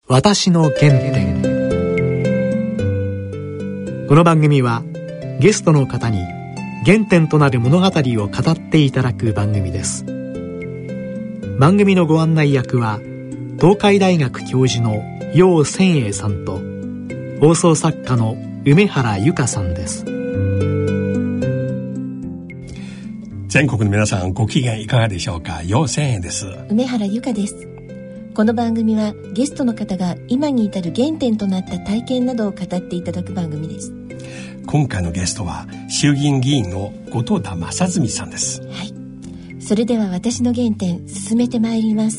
私の原点。この番組はゲストの方に原点となる物語を語っていただく番組です。番組のご案内役は東海大学教授の楊千栄さんと放送作家の梅原由香さんです。 全国の皆さん、ご機嫌いかがでしょうか。楊千栄です。 梅原由香です。この番組はゲストの方が今に至る原点となった体験などを語っていただく番組です。 今回のゲストは衆議院議員の後藤田正純さんです。 はい、それでは私の原点進めてまいります。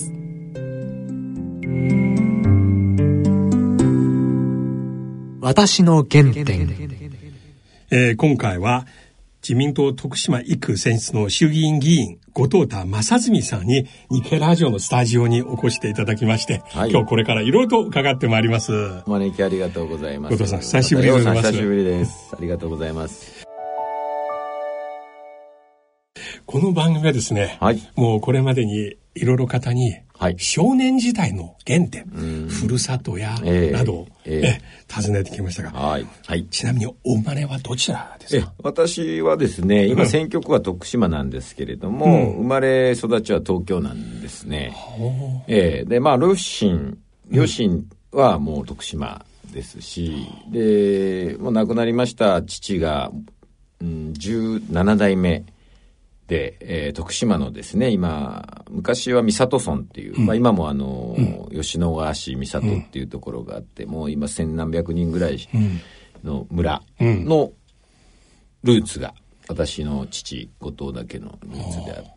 私の原点。 今回は自民党徳島1区選出の衆議院議員後藤田正純さんに日経ラジオのスタジオにお越していただきまして、はい、今日これからいろいろと伺ってまいります。 お招きありがとうございます。 後藤さん久しぶりでございます。 久しぶりです。ありがとうございます。 この番組はですね、はい、もうこれまでにいろいろ方に、はい、少年時代の原点、ふるさとやなどを、尋ねてきましたが、はいはい、ちなみにお生まれはどちらですか？ 私はですね、今選挙区は徳島なんですけれども、生まれ育ちは東京なんですね。で、両親はもう徳島ですし、で、もう亡くなりました父が、17代目で、徳島のですね、昔は三郷村っていう、今も吉野川市三郷っていうところがあって、もう今千何百人ぐらいの村のルーツが私の父後藤だけのルーツであって、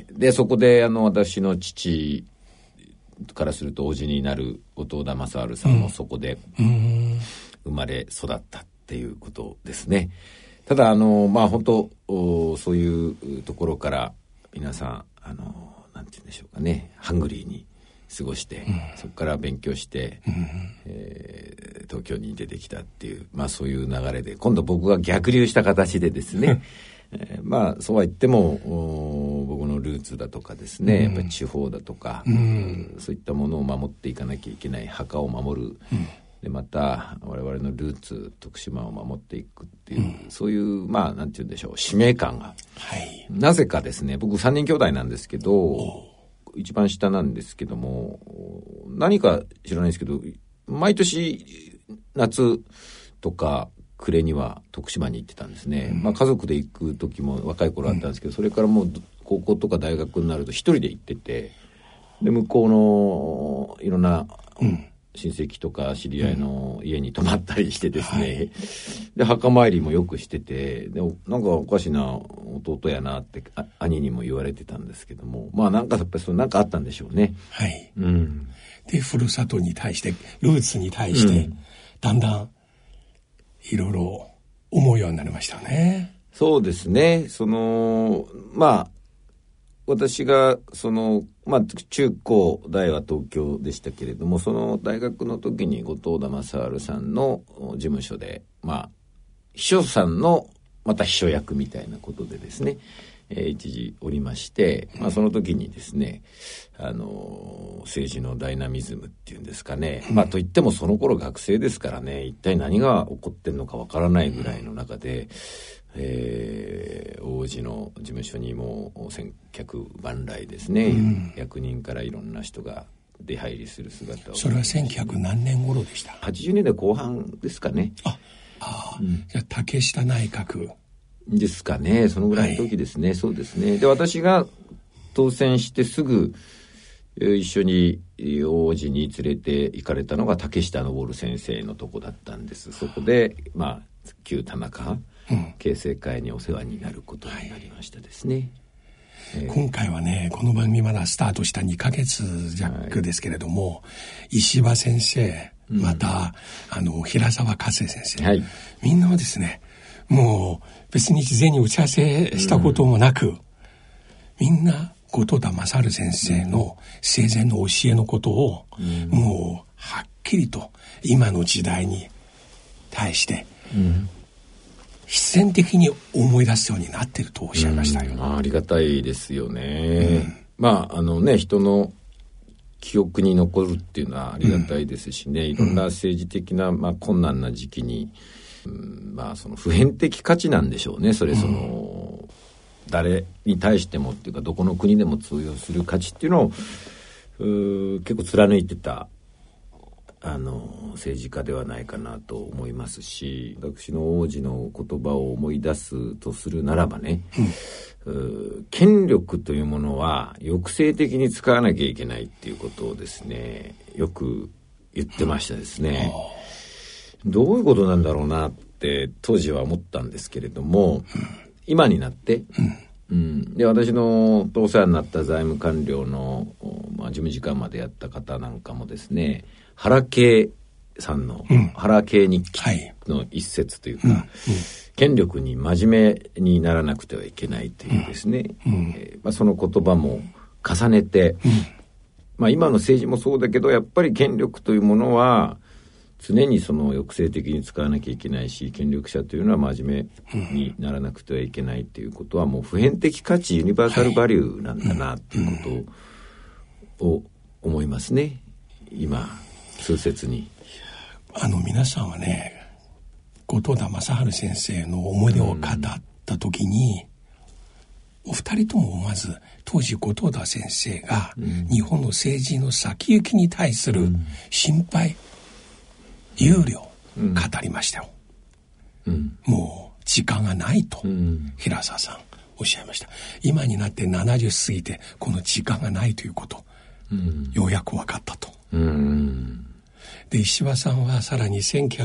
でそこで私の父からすると叔父になる後藤田正治さんもそこで生まれ育ったっていうことですね。ただ本当そういうところから皆さんなんて言うんでしょうかね、ハングリーに過ごして、そこから勉強して、東京に出てきたっていう、そういう流れで今度僕が逆流した形でですねそうは言っても僕のルーツだとかですね、やっぱり地方だとか、そういったものを守っていかなきゃいけない、墓を守る、でまた我々のルーツ徳島を守っていくっていう、そういうなんて言うんでしょう、使命感が、なぜかですね、僕3人兄弟なんですけど一番下なんですけども、何か知らないですけど毎年夏とか暮れには徳島に行ってたんですね。家族で行く時も若い頃あったんですけど、それからもう高校とか大学になると一人で行ってて、で向こうのいろんな、親戚とか知り合いの家に泊まったりしてですね、で墓参りもよくしてて、でなんかおかしな弟やなって兄にも言われてたんですけども、なんかやっぱりなんかあったんでしょうね。 はい。でふるさとに対してルーツに対して、だんだんいろいろ思うようになりましたね。 そうですね。私が中高大は東京でしたけれども、その大学の時に後藤田正治さんの事務所で秘書さんのまた秘書役みたいなことでですね、一時おりまして、その時にですね、政治のダイナミズムっていうんですかね、といってもその頃学生ですからね、一体何が起こってんのかわからないぐらいの中で、王子の事務所にも千客万来ですね、役人からいろんな人が出入りする姿を。 それは1900何年頃でした？ 80 年代後半ですかね。 じゃあ竹下内閣ですかね、そのぐらいの時ですね。そうですね。で私が当選してすぐ一緒に王子に連れて行かれたのが竹下登先生のとこだったんです。そこで旧田中形成会にお世話になることになりましたですね。 今回はね、この番組まだスタートした2ヶ月弱ですけれども、石破先生、また平沢和生先生、みんなはですね、もう別に事前に打ち合わせしたこともなく、みんな後藤田正治先生の生前の教えのことを、もうはっきりと今の時代に対して、必然的に思い出すようになっているとおっしゃいましたよ。 ありがたいですよね。人の記憶に残るっていうのはありがたいですしね、いろんな政治的な、困難な時期に、その普遍的価値なんでしょうね。それ誰に対してもっていうかどこの国でも通用する価値っていうのを結構貫いてた政治家ではないかなと思いますし、私の王子の言葉を思い出すとするならばね、権力というものは抑制的に使わなきゃいけないっていうことをですね、よく言ってましたですね。どういうことなんだろうなって当時は思ったんですけれども、今になって、で私のお世話になった財務官僚の、事務次官までやった方なんかもですね、原慶さんの、原慶日記の一節というか、権力に真面目にならなくてはいけないというですね、その言葉も重ねて、今の政治もそうだけど、やっぱり権力というものは常にその抑制的に使わなきゃいけないし、権力者というのは真面目にならなくてはいけないということはもう普遍的価値、ユニバーサルバリューなんだなっていうことを思いますね、今通説に。 皆さんはね、後藤田正治先生の思い出を語った時に、お二人とも思わず当時後藤田先生が日本の政治の先行きに対する心配、憂慮語りましたよ。もう時間がないと、平沢さんおっしゃいました。今になって70過ぎてこの時間がないということ、ようやく分かったと。で石破さんはさらに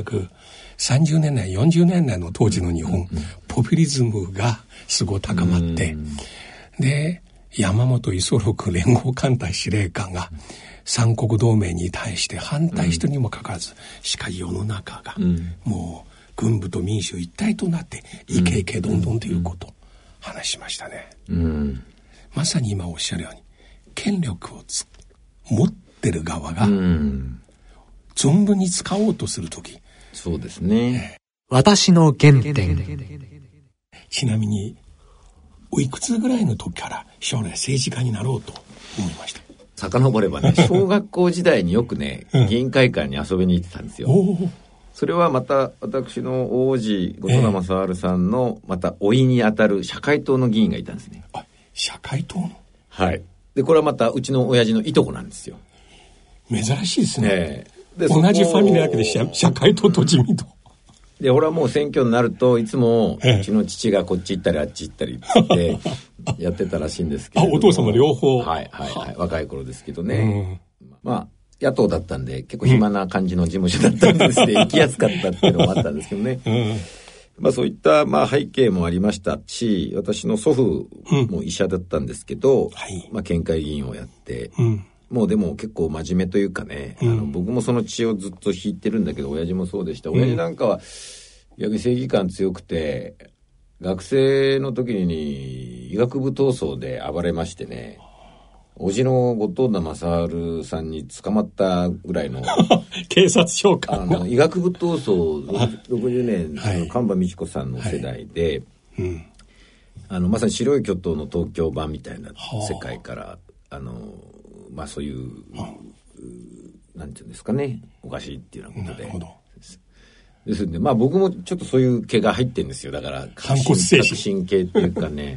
1930年代40年代の当時の日本、ポピュリズムがすごい高まって、で山本五十六連合艦隊司令官が三国同盟に対して反対してにもかかわらず、しかし世の中がもう軍部と民主一体となってイケイケどんどんということを話しましたね。まさに今おっしゃるように権力を持ってる側が存分に使おうとするとき、 そうですね、 私の原点。 ちなみにおいくつぐらいの時から将来政治家になろうと思いました？ 遡ればね、小学校時代によくね、議員会館に遊びに行ってたんですよ。それはまた私の王子後藤田正治さんのまた甥いにあたる社会党の議員がいたんですね。 社会党の？ はい。でこれはまたうちの親父のいとこなんですよ。 珍しいですね。で同じファミリーだけで社会党と自民党で、俺はもう選挙になるといつもうちの父がこっち行ったりあっち行ったりってやってたらしいんですけどお父様両方。 はい若い頃ですけどね、野党だったんで結構暇な感じの事務所だったんですね、行きやすかったっていうのもあったんですけどね、そういった背景もありましたし、私の祖父も医者だったんですけど、県会議員をやって、もうでも結構真面目というかね、僕もその血をずっと引いてるんだけど、親父もそうでした。親父なんかは逆に正義感強くて、学生の時に医学部闘争で暴れましてね、おじの後藤田正治さんに捕まったぐらいの警察召喚医学部闘争60年、神場美智子さんの世代で、まさに白い巨塔の東京版みたいな世界からそういうなんていうんですかね、おかしいっていうようなことで、ですんで僕もちょっとそういう毛が入ってるんですよ。だから革新系っていうかね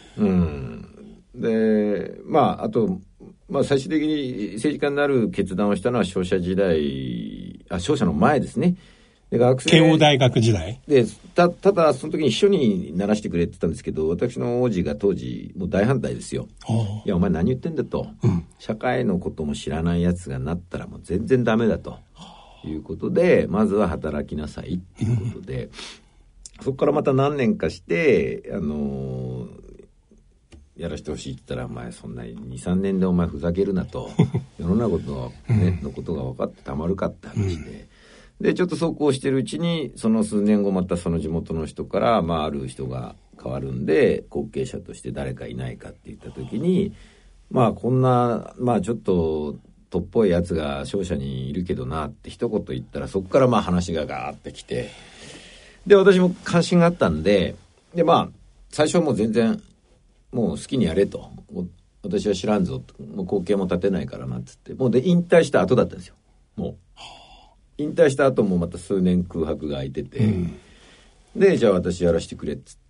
であと最終的に政治家になる決断をしたのは商社時代、商社の前ですね。で学生慶応大学時代でただその時に秘書にならしてくれって言ったんですけど、私の王子が当時もう大反対ですよ。いやお前何言ってんだと、社会のことも知らないやつがなったらもう全然ダメだということで、まずは働きなさいっていうことで、そこからまた何年かしてやらせてほしいって言ったら、お前そんな 2,3 年でお前ふざけるなと世の中のことが分かってたまるかって話で、ちょっとそうこうしてるうちにその数年後またその地元の人から、ある人が変わるんで後継者として誰かいないかって言った時に、こんなちょっととっぽいやつが商社にいるけどなって一言言ったら、そこから話がガーってきて、で私も関心があったんで、最初はもう全然もう好きにやれと私は知らんぞ、もう後継も立てないからなっつって、もうで引退した後だったんですよ。もう引退した後もまた数年空白が空いてて、でじゃあ私やらせてくれっつって、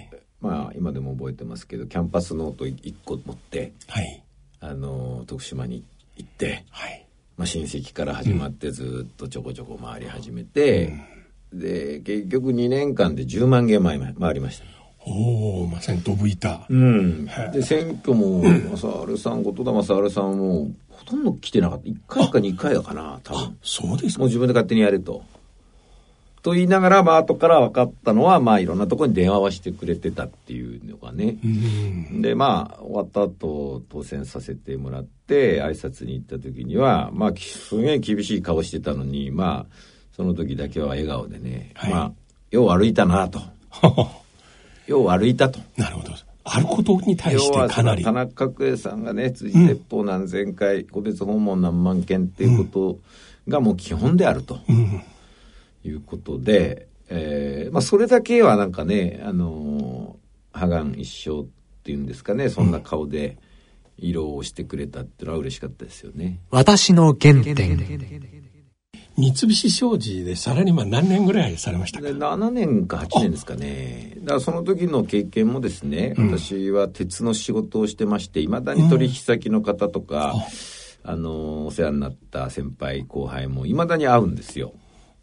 まあ今でも覚えてますけど、キャンパスノート1個持って、徳島に行って、まあ、親戚から始まってずっとちょこちょこ回り始めて、で結局2年間で10万件回りました。 おお、まさにドブ板。 で選挙も正治さん、後藤田正治さんもほとんど来てなかった。1回か2回だかな、多分。 そうですか。 もう自分で勝手にやれと言いながら、まあ後から分かったのは、まあいろんなところに電話はしてくれてたっていうのがね。でまあ終わった後当選させてもらって挨拶に行った時には、まあすげえ厳しい顔してたのに、まあその時だけは笑顔でね、まあよう歩いたなと。よう歩いたと。 なるほど。歩くことに対してかなり。 田中角栄さんがね、辻鉄砲何千回、個別訪問何万件っていうことがもう基本であると、いうことで、まあそれだけはなんかね、破顔一生っていうんですかね、そんな顔で色をしてくれたっていうのは嬉しかったですよね。 私の原点。 三菱商事でサラリーマン何年ぐらいされましたか ？7年か8年ですかね。だからその時の経験もですね、私は鉄の仕事をしてまして、いまだに取引先の方とか、お世話になった先輩後輩もいまだに会うんですよ。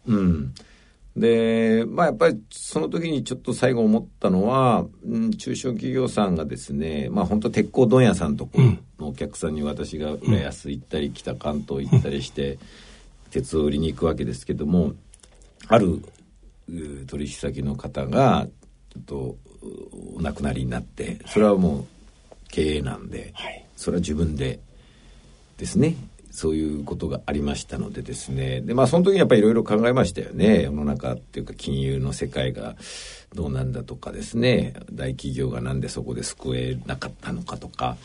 でまあやっぱりその時にちょっと最後思ったのは、中小企業さんがですね、まあ本当鉄鋼問屋さんとかのお客さんに私が浦安行ったり北関東行ったりして、鉄を売りに行くわけですけども、ある取引先の方がちょっとお亡くなりになって、それはもう経営なんで、それは自分でですね、そういうことがありましたのでですね、でまあその時にやっぱりいろいろ考えましたよね。世の中っていうか金融の世界がどうなんだとかですね、大企業がなんでそこで救えなかったのかとか、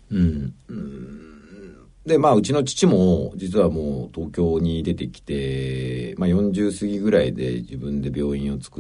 でまあうちの父も実はもう東京に出てきて、まあ、40過ぎぐらいで自分で病院を作って、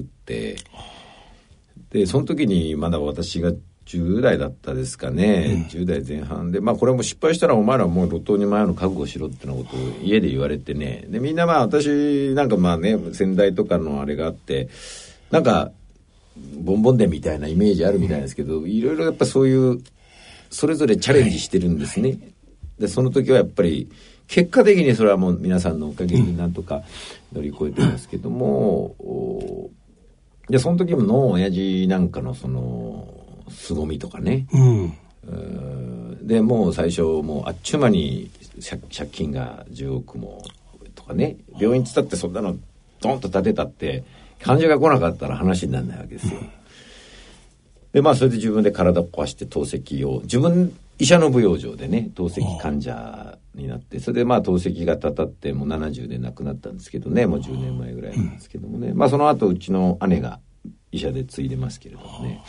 でその時にまだ私が10代だったですかね、10代前半で、まあこれも失敗したらお前らもう路頭に迷うの覚悟しろってなことを家で言われてね、でみんなまあ私なんかまあね、先代とかのあれがあってなんかボンボンでみたいなイメージあるみたいですけど、いろいろやっぱそういうそれぞれチャレンジしてるんですね。でその時はやっぱり結果的にそれはもう皆さんのおかげでなんとか乗り越えてますけども、でその時の親父なんかのその凄みとかね、でもう最初もうあっちゅう間に借金が10億もとかね、病院つったってそんなのドンと建てたって患者が来なかったら話にならないわけですよ。でまあそれで自分で体を壊して透析を医者の舞踊場でね、透析患者になって、それでまあ透析がたたってもう70で亡くなったんですけどね、もう10年前ぐらいなんですけどもね、まあその後うちの姉が医者で継いでますけれどもね、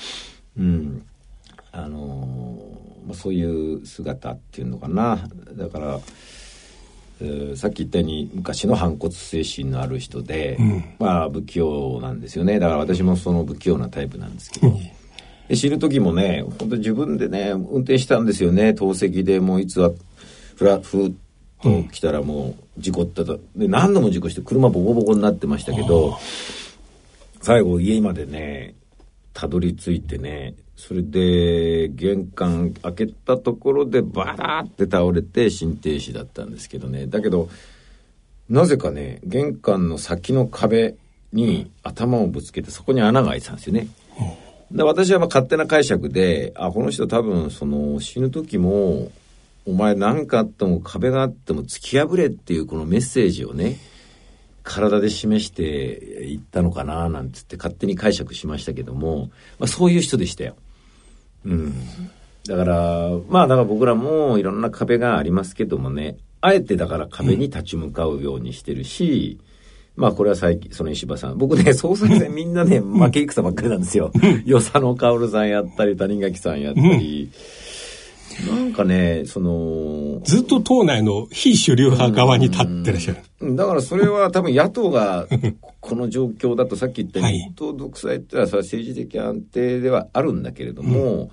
そういう姿っていうのかな。だから、さっき言ったように昔の反骨精神のある人で、まあ不器用なんですよね。だから私もその不器用なタイプなんですけど、で死ぬ時もね、本当に自分でね運転したんですよね。透析でもういつはふーっと来たらもう事故ったと、で何度も事故して車ボコボコになってましたけど、最後家までねたどり着いてね、それで玄関開けたところでバラーって倒れて心停止だったんですけどね。だけどなぜかね、玄関の先の壁に頭をぶつけてそこに穴が開いてたんですよね。で私はまあ勝手な解釈で、この人多分その死ぬ時もお前何かあっても壁があっても突き破れっていうこのメッセージをね体で示していったのかななんつって勝手に解釈しましたけども、まあ、そういう人でしたよ。だから僕らもいろんな壁がありますけどもね、あえてだから壁に立ち向かうようにしてるし、まあこれは最近その石破さん、僕ね総裁選みんなね負け戦ばっかりなんですよ。与謝野薫さんやったり谷垣さんやったり、なんかねそのずっと党内の非主流派側に立ってらっしゃる。 だからそれは多分野党がこの状況だとさっき言ったように、党独裁ってのは政治的安定ではあるんだけれども、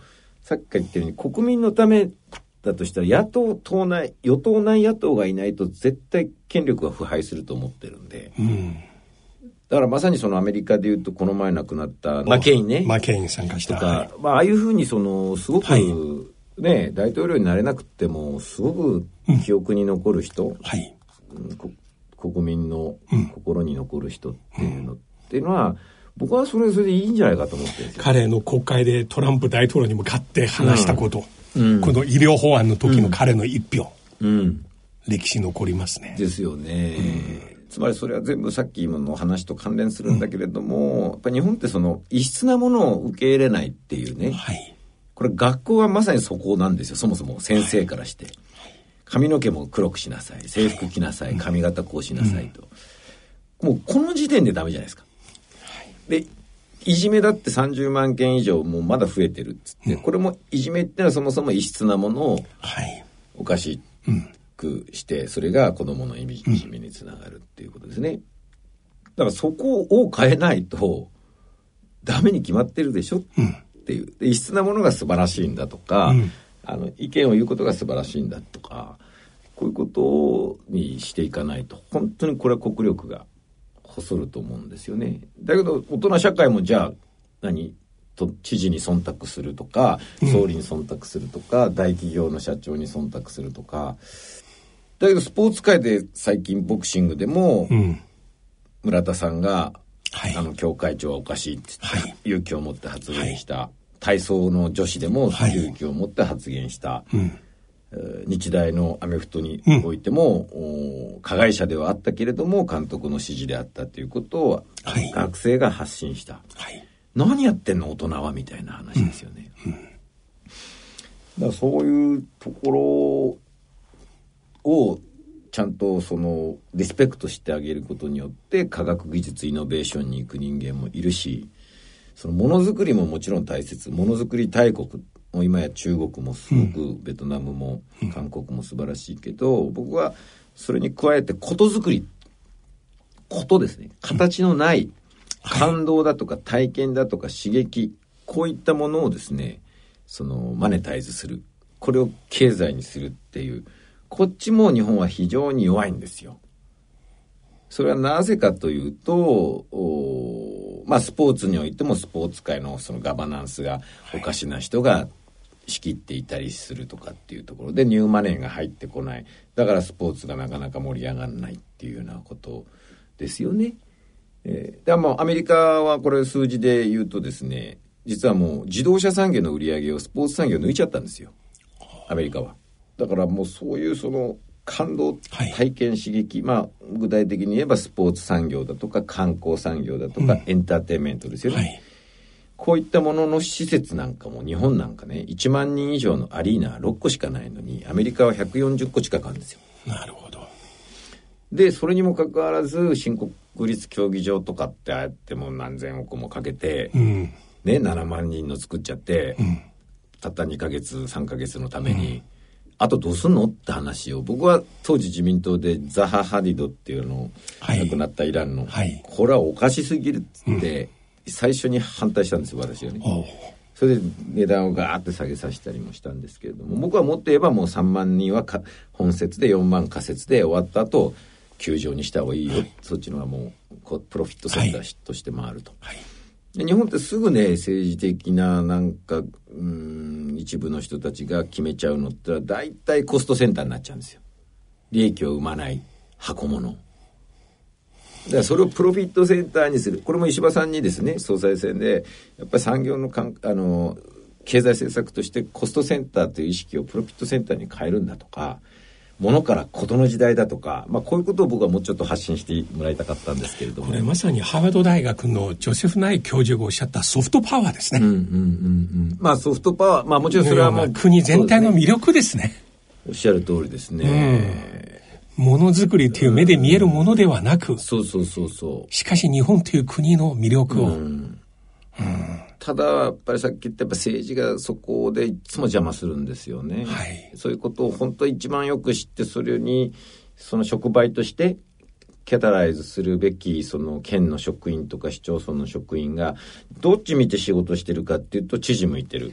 さっきから言ったように国民のためだとしたら与党内野党がいないと絶対権力は腐敗すると思ってるんで、だからまさにそのアメリカでいうとこの前亡くなったマケイン参加したとか、ああいうふうにすごく、ね、大統領になれなくてもすごく記憶に残る人、国民の心に残る人っていうのは、僕はそれでいいんじゃないかと思ってるんですよ。 彼の国会でトランプ大統領に向かって話したこと、この医療法案の時の彼の一票、歴史残りますね。 ですよね。つまりそれは全部さっきの話と関連するんだけれども、やっぱり日本って異質なものを受け入れないっていうね、これ学校はまさにそこなんですよ。そもそも先生からして、髪の毛も黒くしなさい、制服着なさい、髪型こうしなさいと、もうこの時点でダメじゃないですか。でいじめだって30万件以上もうまだ増えてるっつって、これもいじめってのはそもそも異質なものをおかしくして、それが子どものいじめにつながるっていうことですね。だからそこを変えないとダメに決まってるでしょっていう、で異質なものが素晴らしいんだとか、意見を言うことが素晴らしいんだとか、こういうことにしていかないと本当にこれは国力が細ると思うんですよね。だけど大人社会もじゃあ知事に忖度するとか、総理に忖度するとか、大企業の社長に忖度するとか、だけどスポーツ界で最近ボクシングでも、村田さんが、協会長はおかしいって勇気を持って発言した、体操の女子でも勇気を持って発言した、日大のアメフトにおいても、加害者ではあったけれども監督の指示であったということを、学生が発信した、何やってんの大人はみたいな話ですよね。だからそういうところをちゃんとリスペクトしてあげることによって科学技術イノベーションに行く人間もいるし、ものづくりももちろん大切、ものづくり大国も今や中国もすごく、ベトナムも韓国も素晴らしいけど、僕はそれに加えてことづくり、ことですね、形のない感動だとか体験だとか刺激、こういったものをですね、マネタイズする、これを経済にするっていう、こっちも日本は非常に弱いんですよ。それはなぜかというと、スポーツにおいてもスポーツ界のガバナンスがおかしな人が仕切っていたりするとかっていうところでニューマネーが入ってこない。だからスポーツがなかなか盛り上がらないっていうようなことですよね。でもアメリカはこれ数字で言うとですね、実はもう自動車産業の売り上げをスポーツ産業抜いちゃったんですよ、アメリカは。だからもうそういう感動、体験、刺激、具体的に言えばスポーツ産業だとか観光産業だとか、エンターテインメントですよね、こういったものの施設なんかも日本なんかね、1万人以上のアリーナ6個しかないのにアメリカは140個近くあるんですよ。 なるほど。 でそれにもかかわらず新国立競技場とかってああやっても何千億もかけて、7万人の作っちゃって、たった2ヶ月3ヶ月のために、あとどうすんのって話を、僕は当時自民党でザハ・ハディドっていうのを、亡くなったイランの、これはおかしすぎるって、最初に反対したんですよ、私はね。それで値段をガーって下げさせたりもしたんですけれども、僕はもっと言えばもう3万人は本節で4万仮設で終わった後球場にした方がいいよ、そっちのがもうプロフィットセンターとして回ると、で日本ってすぐね、政治的な一部の人たちが決めちゃうのってだいたいコストセンターになっちゃうんですよ。利益を生まない箱物だからそれをプロフィットセンターにする。これも石破さんにですね、総裁選でやっぱり産業の経済政策としてコストセンターという意識をプロフィットセンターに変えるんだとか、物から事の時代だとか、こういうことを僕はもうちょっと発信してもらいたかったんですけれども、 これまさにハーバード大学のジョセフ・ナイ教授がおっしゃったソフトパワーですね。 ソフトパワー、もちろんそれはもう国全体の魅力ですね。 おっしゃる通りですね。 ものづくりという目で見えるものではなく、 しかし日本という国の魅力を、 ただやっぱりさっき言った政治がそこでいつも邪魔するんですよね、そういうことを本当に一番よく知って、それに触媒としてキャタライズするべき県の職員とか市町村の職員がどっち見て仕事してるかっていうと知事向いてる、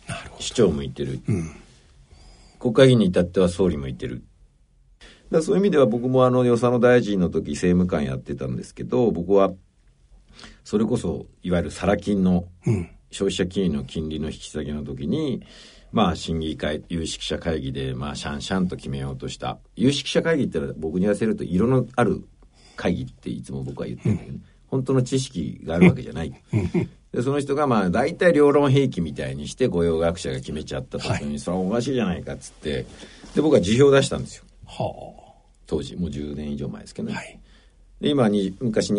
市長もいてる、国会議員に至っては総理もいてる。だからそういう意味では僕も与謝野大臣の時政務官やってたんですけど、僕はそれこそいわゆるサラ金の消費者金融の金利の引き下げの時に、審議会有識者会議でシャンシャンと決めようとした。有識者会議ってのは僕に言わせると色のある会議っていつも僕は言ってるんだけど、本当の知識があるわけじゃないで、その人が大体両論併記みたいにして御用学者が決めちゃった時に、それはおかしいじゃないかっつって、で僕は辞表を出したんですよ。当時もう10年以上前ですけどね、で今昔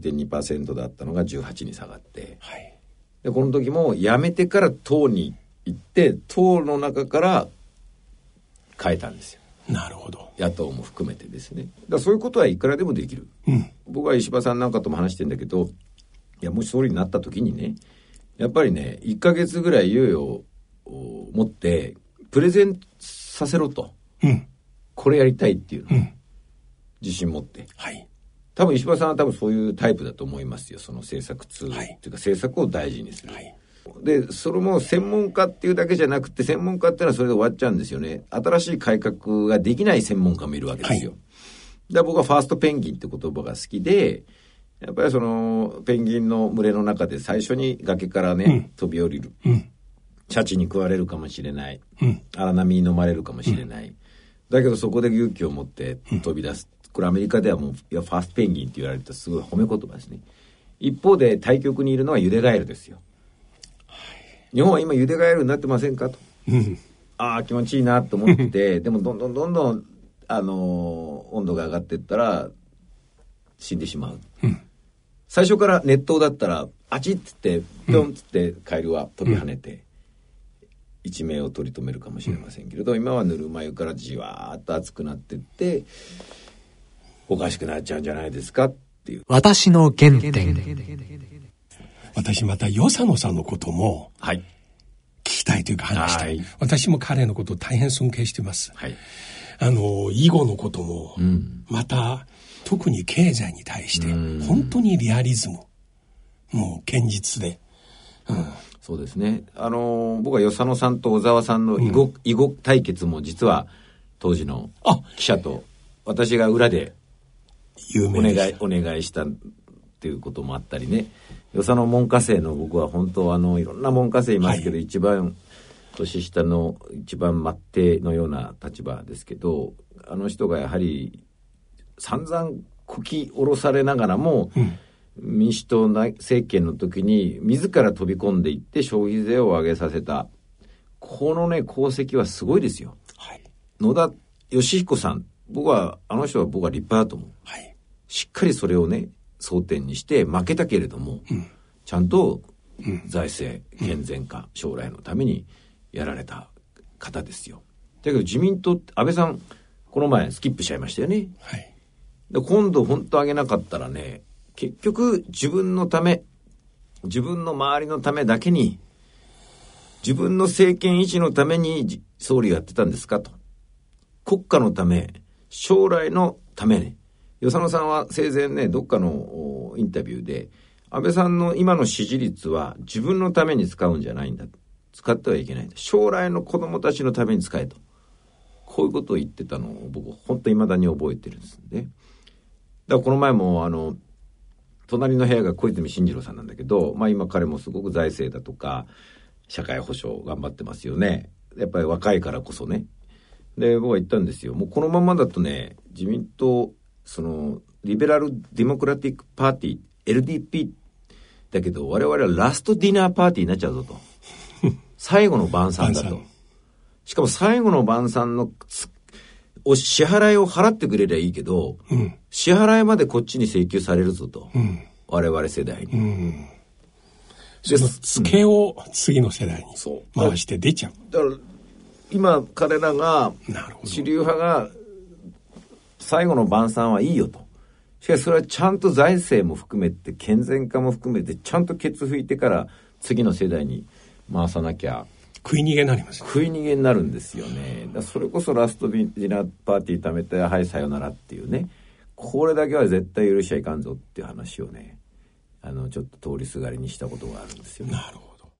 29.2% だったのが18に下がって、でこの時も辞めてから党に行って党の中から変えたんですよ。 なるほど。 野党も含めてですね。だからそういうことはいくらでもできる、僕は石破さんなんかとも話してんだけど、いやもし総理になった時にね、やっぱりね1ヶ月ぐらい猶予を持ってプレゼンさせろと、これやりたいっていうの、自信持って、多分石破さんは多分そういうタイプだと思いますよ。その政策通、っていうか政策を大事にする、でそれも専門家っていうだけじゃなくて、専門家っていうのはそれで終わっちゃうんですよね。新しい改革ができない専門家もいるわけですよ、で僕はファーストペンギンって言葉が好きで、やっぱりそのペンギンの群れの中で最初に崖からね、飛び降りる、シャチに食われるかもしれない、荒波に飲まれるかもしれない、だけどそこで勇気を持って飛び出す、これアメリカではもうファーストペンギンって言われたすごい褒め言葉ですね。一方で対極にいるのはユデガエルですよ。日本は今ユデガエルになってませんかと、気持ちいいなと思っててでもどんどん温度が上がっていったら死んでしまう、最初から熱湯だったらあちっつってピョンっつってカエルは飛び跳ねて、一命を取り留めるかもしれませんけれど、今はぬるま湯からじわーっと熱くなっていっておかしくなっちゃうんじゃないですかっていう。 私の原点。 私また与謝野さんのことも聞きたいというか話したい、私も彼のことを大変尊敬してます、囲碁のことも、また特に経済に対して本当にリアリズム、もう堅実で、 そうですね。僕は与謝野さんと小沢さんの囲碁対決も実は当時の記者と私が裏でお願いしたっていうこともあったりね。与謝野門下生の僕は本当いろんな門下生いますけど、一番年下の一番末帝のような立場ですけど、あの人がやはり散々こき下ろされながらも、民主党政権の時に自ら飛び込んでいって消費税を上げさせた、このね功績はすごいですよ、野田義彦さん、あの人は僕は立派だと思う、しっかりそれをね争点にして負けたけれども、ちゃんと財政健全化、将来のためにやられた方ですよ。だけど自民党安倍さんこの前スキップしちゃいましたよね、で今度本当上げなかったらね、結局自分のため、自分の周りのためだけに、自分の政権維持のために総理やってたんですかと、国家のため、将来のためね。与謝野さんは生前ね、どっかのインタビューで、安倍さんの今の支持率は自分のために使うんじゃないんだ、使ってはいけないんだ、将来の子供たちのために使えと、こういうことを言ってたのを僕本当に未だに覚えてるんですね。だからこの前も隣の部屋が小泉進次郎さんなんだけど、今彼もすごく財政だとか社会保障頑張ってますよね。やっぱり若いからこそね。で僕は言ったんですよ、もうこのままだとね、自民党そのリベラルデモクラティックパーティー LDP だけど、我々はラストディナーパーティーになっちゃうぞと最後の晩餐だと、しかも最後の晩餐の支払いを払ってくれりゃいいけど、支払いまでこっちに請求されるぞと、我々世代に、 そのツケを次の世代に回して出ちゃう。 だから今彼らが主流派が最後の晩餐はいいよと、しかしそれはちゃんと財政も含めて健全化も含めてちゃんとケツ拭いてから次の世代に回さなきゃ食い逃げになります、 食い逃げになるんですよね。だそれこそラストディナーパーティー貯めてはいさよならっていうね、これだけは絶対許しちゃいかんぞっていう話をね、ちょっと通りすがりにしたことがあるんですよね。 なるほど。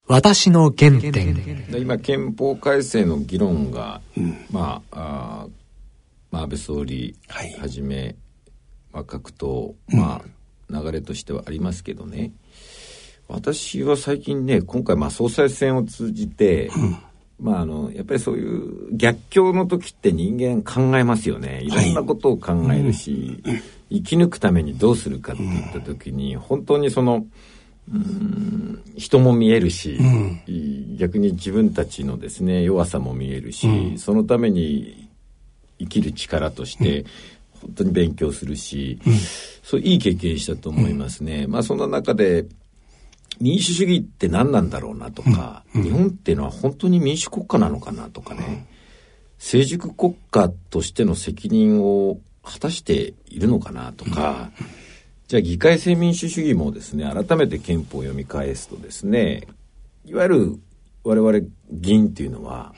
私の原点。 今憲法改正の議論が、安倍総理はじめ、各党、流れとしてはありますけどね、私は最近ね、今回総裁選を通じて、やっぱりそういう逆境の時って人間考えますよね。いろんなことを考えるし、生き抜くためにどうするかっていった時に、本当に人も見えるし、逆に自分たちのですね、弱さも見えるし、そのために生きる力として、本当に勉強するし、そういい経験したと思いますね。その中で、民主主義って何なんだろうなとか、日本っていうのは本当に民主国家なのかなとかね、成熟国家としての責任を果たしているのかなとか、じゃあ議会制民主主義もですね、改めて憲法を読み返すとですね、いわゆる我々議員っていうのは、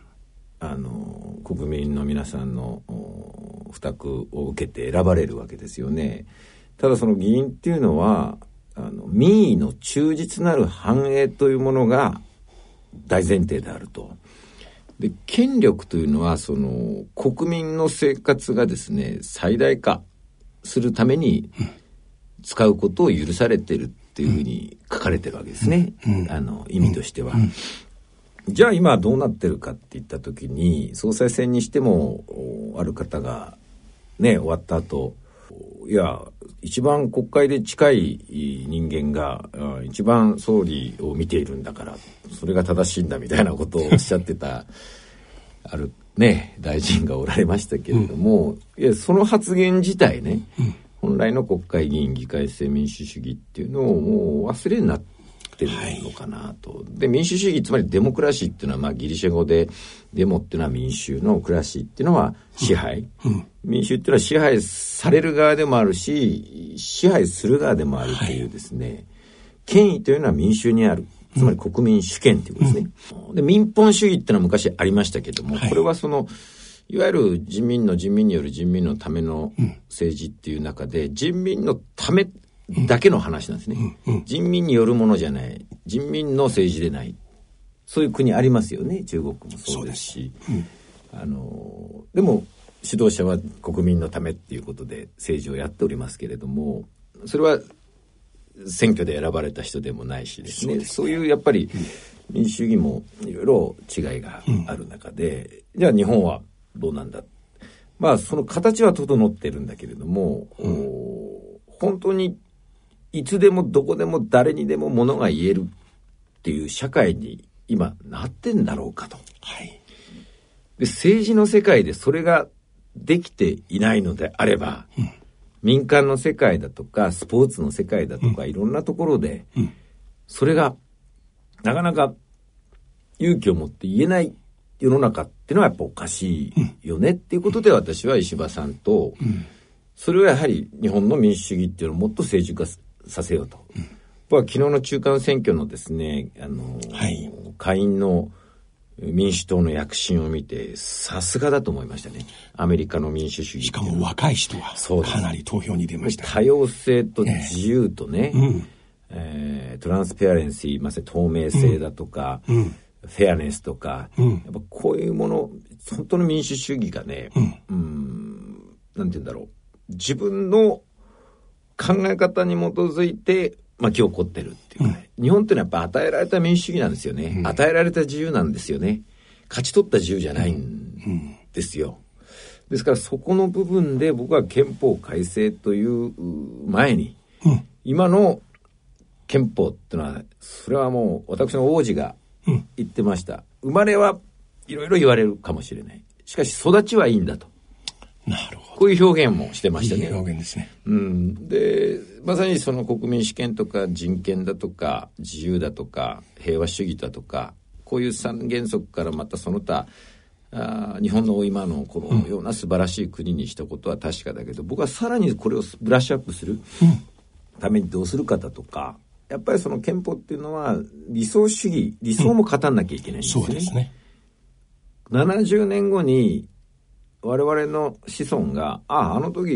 国民の皆さんの負託を受けて選ばれるわけですよね。ただその議員っていうのは、民意の忠実なる反映というものが大前提であると。で、権力というのは国民の生活がですね、最大化するために使うことを許されているっていうふうに書かれてるわけですね。意味としては。じゃあ今どうなってるかっていったときに、総裁選にしてもある方がね、終わった後、いや、一番国会で近い人間が一番総理を見ているんだから、それが正しいんだみたいなことをおっしゃってたあるね、大臣がおられましたけれども、いや、その発言自体ね、本来の国会議員議会制民主主義っていうのをもう忘れになってるのかなと。で、民主主義、つまりデモクラシーっていうのは、ギリシャ語でデモっていうのは民衆の、クラシーっていうのは支配、民主っていうのは支配される側でもあるし、支配する側でもあるというですね、権威というのは民衆にある、つまり国民主権ということですね。で、民本主義っていうのは昔ありましたけども、これはいわゆる人民による人民のための政治っていう中で、人民のためだけの話なんですね。人民によるものじゃない、人民の政治でない、そういう国ありますよね。中国もそうですし、でも指導者は国民のためっていうことで政治をやっておりますけれども、それは選挙で選ばれた人でもないしですね、そういうやっぱり民主主義もいろいろ違いがある中で、じゃあ日本はどうなんだ。その形は整ってるんだけれども、本当にいつでもどこでも誰にでもものが言えるっていう社会に今なってんだろうかと。で、政治の世界でそれができていないのであれば、民間の世界だとかスポーツの世界だとか、いろんなところで、それがなかなか勇気を持って言えない世の中っていうのはやっぱおかしいよねっていうことで、私は石破さんと、それをやはり日本の民主主義っていうのをもっと成熟化させようと。僕は昨日の中間選挙のですね、下院の民主党の躍進を見て、さすがだと思いましたね。アメリカの民主主義。 しかも若い人はかなり投票に出ました。 多様性と自由とね、トランスペアレンシー、まさに透明性だとか、フェアネスとか、やっぱこういうもの、本当の民主主義がね、なんて言うんだろう。自分の考え方に基づいて巻き起こってるっていうかね、日本ってのはやっぱ与えられた民主主義なんですよね、与えられた自由なんですよね。勝ち取った自由じゃないんですよ。ですからそこの部分で僕は憲法改正という前に、今の憲法ってのは、それはもう私の王子が言ってました。生まれはいろいろ言われるかもしれない。しかし育ちはいいんだと。 なるほど。 こういう表現もしてましたね。 いい表現ですね。 で、まさにその国民主権とか人権だとか自由だとか平和主義だとか、こういう三原則からまたその他、日本の今のこのような素晴らしい国にしたことは確かだけど、僕はさらにこれをブラッシュアップするためにどうするかだとか、やっぱりその憲法っていうのは理想主義、理想も語んなきゃいけないんですね。 そうですね。 70年後に我々の子孫が、あの時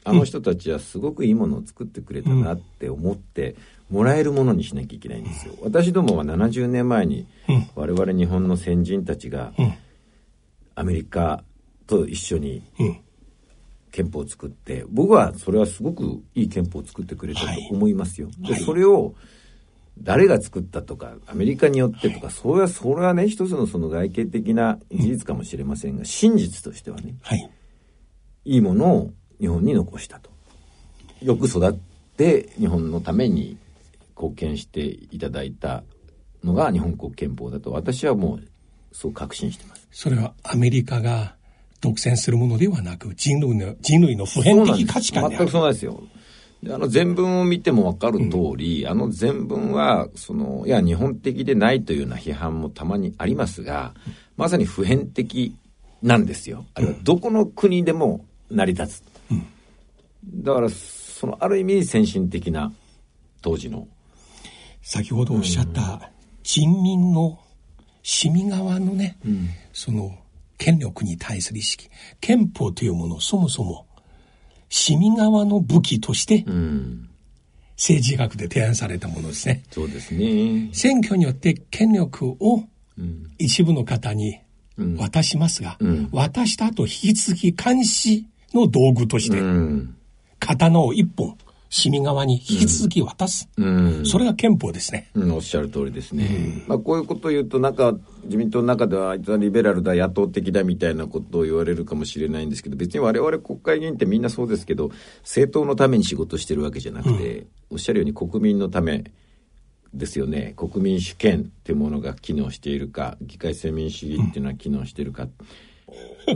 あの人たちはすごくいいものを作ってくれたなって思ってもらえるものにしなきゃいけないんですよ。私どもは70年前に我々日本の先人たちがアメリカと一緒に憲法を作って、僕はそれはすごくいい憲法を作ってくれたと思いますよ。でそれを誰が作ったとかアメリカによってとか、それはね一つのその外形的な事実かもしれませんが、真実としてはね、いいものを日本に残したと。よく育って日本のために貢献していただいたのが日本国憲法だと私はもうそう確信してます。 それはアメリカが独占するものではなく人類の普遍的価値観である。 全くそうなんですよ。全文を見ても分かる通り、全文はいや日本的でないというような批判もたまにありますが、まさに普遍的なんですよ。あれはどこの国でも成り立つ。だからある意味先進的な当時の先ほどおっしゃった人民の市民側のね、その権力に対する意識、憲法というものをそもそも市民側の武器として政治学で提案されたものですね。 そうですね。 選挙によって権力を一部の方に渡しますが、渡した後引き続き監視の道具として刀を一本市民側に引き続き渡す、それが憲法ですね。 おっしゃる通りですね。こういうことを言うと自民党の中ではあいつはリベラルだ野党的だみたいなことを言われるかもしれないんですけど、別に我々国会議員ってみんなそうですけど、政党のために仕事してるわけじゃなくて、おっしゃるように国民のためですよね。国民主権っていうものが機能しているか、議会制民主主義っていうのは機能しているか、で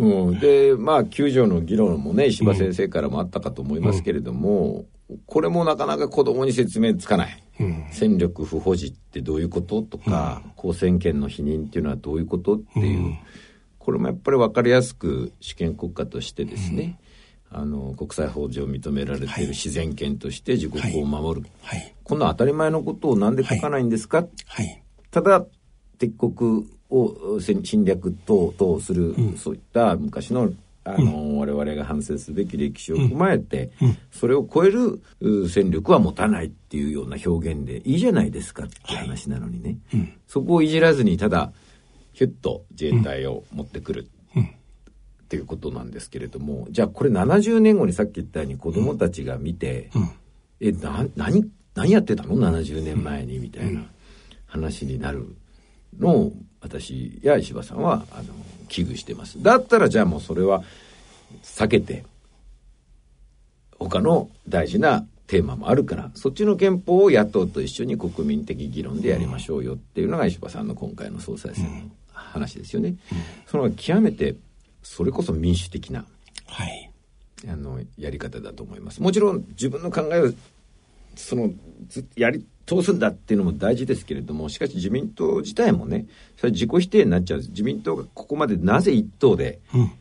9条の議論もね石破先生からもあったかと思いますけれども、これもなかなか子供に説明つかない、戦力不保持ってどういうこととか、公選権の否認っていうのはどういうことっていう、これもやっぱり分かりやすく主権国家としてですね、国際法上認められている自然権として自国を守る、こんな当たり前のことをなんで書かないんですか、ただ敵国を侵略等する、そういった昔の我々が反省すべき歴史を踏まえて、それを超える戦力は持たないっていうような表現でいいじゃないですかって話なのにね、そこをいじらずにただヒュッと自衛隊を持ってくるっていうことなんですけれども、じゃあこれ70年後にさっき言ったように子どもたちが見て、何やってたの70年前にみたいな話になるのを私や石破さんは危惧してます。だったらじゃあもうそれは避けて他の大事なテーマもあるから、そっちの憲法を野党と一緒に国民的議論でやりましょうよっていうのが石破さんの今回の総裁選の話ですよね。その極めてそれこそ民主的な、やり方だと思います。もちろん自分の考えをやり通すんだっていうのも大事ですけれども、しかし自民党自体もね、それ自己否定になっちゃう。自民党がここまでなぜ一党で、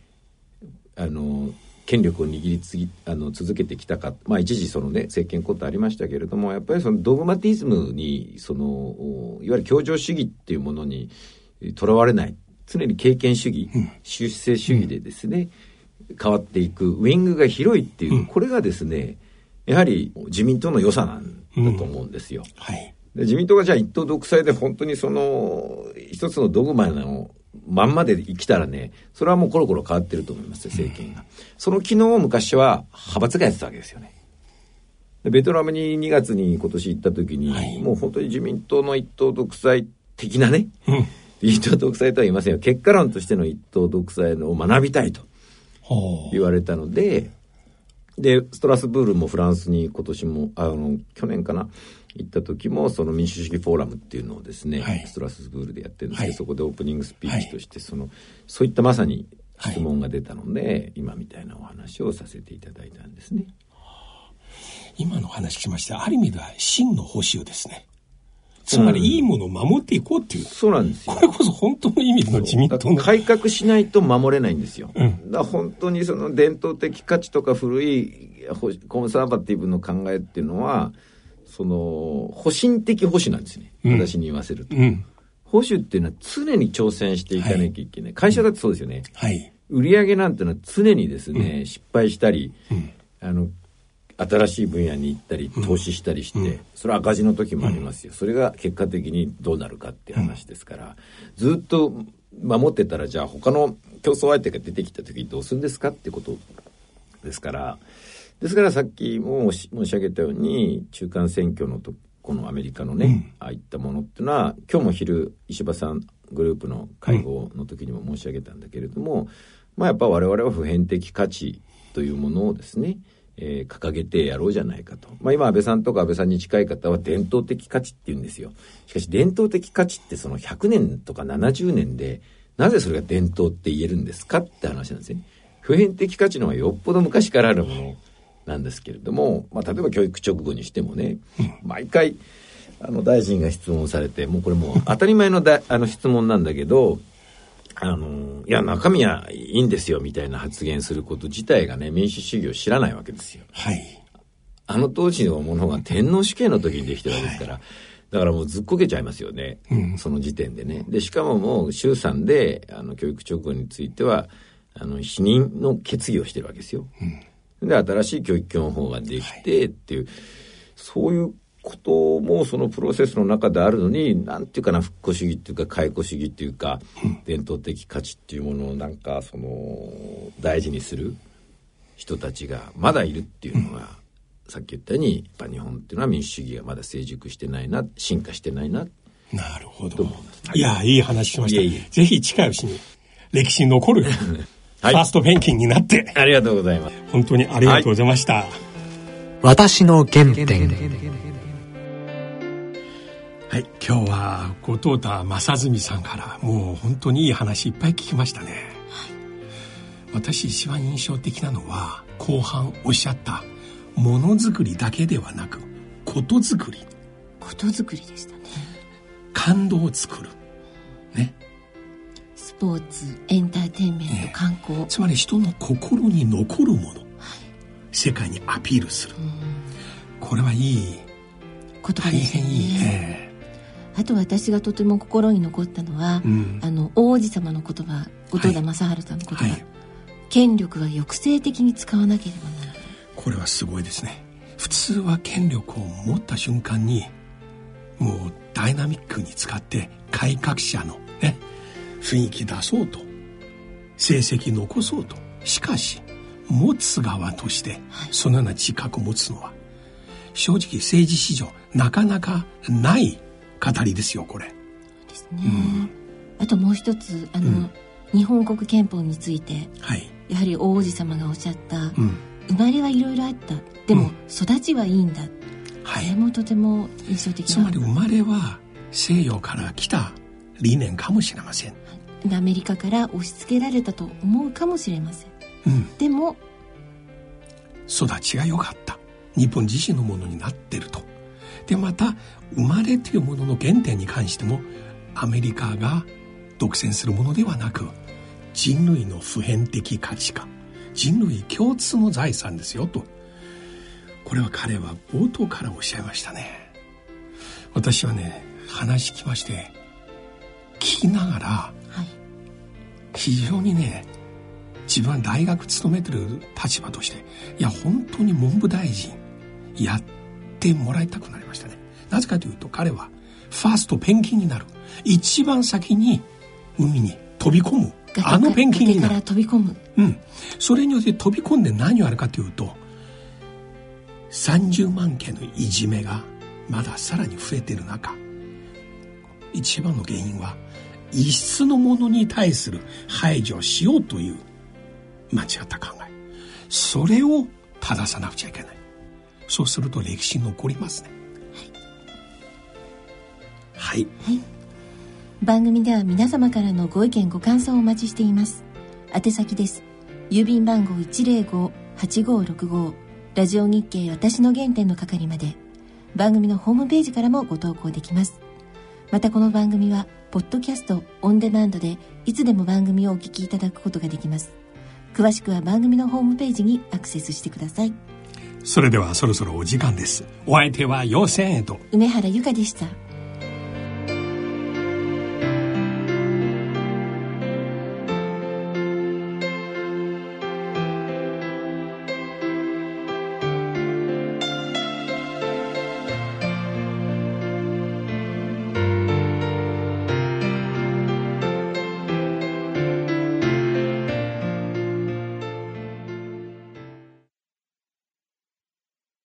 権力を握り続けてきたか、一時政権交代ありましたけれども、やっぱりそのドグマティズムにいわゆる協情主義っていうものにとらわれない、常に経験主義、出世主義でですね、変わっていくウィングが広いっていう、これがですねやはり自民党の良さなんだと思うんですよ。で自民党がじゃあ一党独裁で本当に一つのドグマのまんまで生きたらね、それはもうコロコロ変わってると思いますよ、政権が。その機能を昔は派閥がやってたわけですよね。でベトナムに2月に今年行った時に、もう本当に自民党の一党独裁的なね、一党独裁とは言いませんよ、結果論としての一党独裁を学びたいと言われたので、ストラスブールもフランスに今年も去年かな行った時もその民主主義フォーラムっていうのをですね、ストラスブールでやってるんですけど、そこでオープニングスピーチとして、そういったまさに質問が出たので、今みたいなお話をさせていただいたんですね。 今の話聞きまして、ある意味では真の保守ですね。つまりいいものを守っていこうっていう、 そうなんですよ。 これこそ本当の意味での自民党の改革しないと守れないんですよ。だから本当に伝統的価値とか古いコンサバティブの考えっていうのは保身的保守なんですね、私に言わせると。保守っていうのは常に挑戦していかなきゃいけない、会社だってそうですよね。売上なんていうのは常にですね、失敗したり、 新しい分野に行ったり投資したりして、それは赤字の時もありますよ。それが結果的にどうなるかっていう話ですから、ずっと守ってたら、じゃあ他の競争相手が出てきた時にどうするんですかってことですから、さっきも申し上げたように、中間選挙のとこのアメリカのね、ああいったものっていうのは、今日も昼石破さんグループの会合の時にも申し上げたんだけれども、やっぱ我々は普遍的価値というものをですね、掲げてやろうじゃないかと。今安倍さんとか安倍さんに近い方は伝統的価値って言うんですよ。しかし伝統的価値ってその100年とか70年でなぜそれが伝統って言えるんですかって話なんですね。普遍的価値の方がよっぽど昔からあるものなんですけれども、例えば教育直後にしてもね、毎回大臣が質問されて、もうこれもう当たり前の質問なんだけど、いや中身はいいんですよみたいな発言すること自体がね、民主主義を知らないわけですよ。 はい。 当時のものが天皇主権の時にできてるわけですから、だからもうずっこけちゃいますよね、その時点でね。でしかももう衆参で教育直後については否認の決議をしてるわけですよ。で新しい教育基本法ができてっていう、そういうこともそのプロセスの中であるのに、なんていうかな、復古主義っていうか解雇主義っていうか、伝統的価値っていうものをなんか大事にする人たちがまだいるっていうのが、さっき言ったようにやっぱ日本っていうのは民主主義がまだ成熟してないな、進化してないな。 なるほど。いや、いい話しました。ぜひ近いうちに歴史に残るファーストペンキンになって、 ありがとうございます。 本当にありがとうございました。 私の原点。 はい、今日は後藤田正純さんからもう本当にいい話いっぱい聞きましたね。私一番印象的なのは後半おっしゃったものづくりだけではなくことづくりでしたね。 感動を作るね、 スポーツ、エンターテインメント、観光、 つまり人の心に残るもの、世界にアピールする、これはいい言葉でしたね。 大変いい。 あと私がとても心に残ったのは、王子様の言葉、後藤田正治さんの言葉、権力は抑制的に使わなければならない。 これはすごいですね。普通は権力を持った瞬間にもうダイナミックに使って改革者のね雰囲気出そうと、成績残そうと。しかし持つ側としてそのような自覚を持つのは、正直政治史上なかなかない語りですよ、これ。 ですね。あともう一つ日本国憲法について、やはり王子様がおっしゃった、生まれはいろいろあった、でも育ちはいいんだ、これもとても印象的な。 つまり生まれは西洋から来た理念かもしれません。 アメリカから押し付けられたと思うかもしれません、でも育ちが良かった、日本自身のものになっていると。でまた生まれというものの原点に関してもアメリカが独占するものではなく、人類の普遍的価値観、人類共通の財産ですよと。これは彼は冒頭からおっしゃいましたね。私はね、話聞きまして聞きながら、非常にね、自分は大学勤めてる立場として、いや本当に文部大臣やってもらいたくなりましたね。なぜかというと、彼はファーストペンギンになる、一番先に海に飛び込むペンギンになる。 から飛び込む、 それによって飛び込んで何をあるかというと、30万件のいじめがまださらに増えている中、一番の原因は異質のものに対する排除をしようという間違った考え、それを正さなくちゃいけない。そうすると歴史に残りますね。はい、 番組では皆様からのご意見ご感想をお待ちしています。宛先です。郵便番号 105-8565 ラジオ日経私の原点の係まで。番組のホームページからもご投稿できます。またこの番組はポッドキャストオンデマンドでいつでも番組をお聞きいただくことができます。詳しくは番組のホームページにアクセスしてください。 それではそろそろお時間です。お相手は陽線へと梅原由香でした。